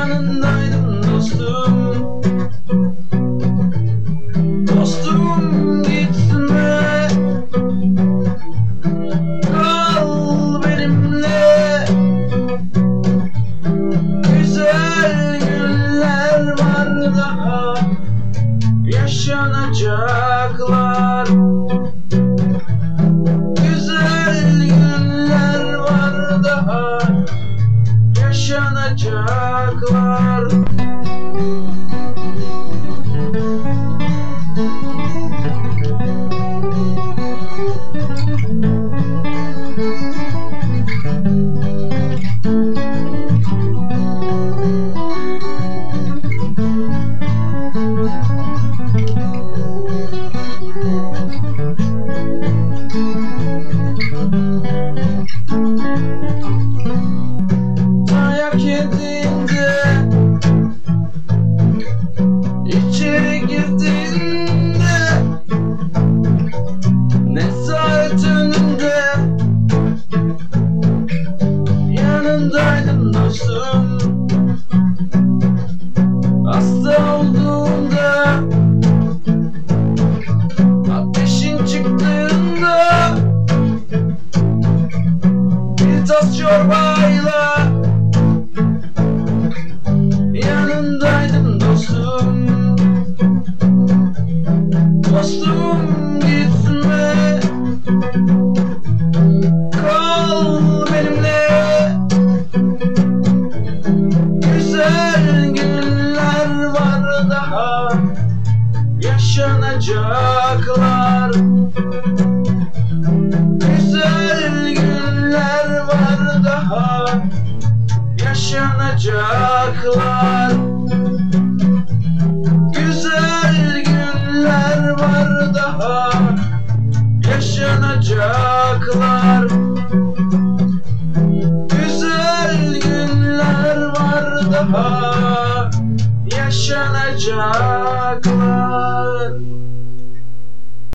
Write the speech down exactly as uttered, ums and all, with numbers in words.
Yanındaydım dostum. Dostum gitme, kal benimle. Güzel günler var daha yaşanacaklar. Güzel günler var daha yaşanacaklar. Dayak yediğinde, içeri girdiğinde, nezaret önünde yanındaydım dostum. Hasta olduğunda, ateşin çıktığında, bir tas çorbayla yanındaydım dostum. Dostum gitme, kal benimle. Güzel günler var daha yaşanacaklar. Güzel günler var daha yaşanacaklar. Güzel günler var daha yaşanacaklar. Güzel günler var daha yaşanacaklar.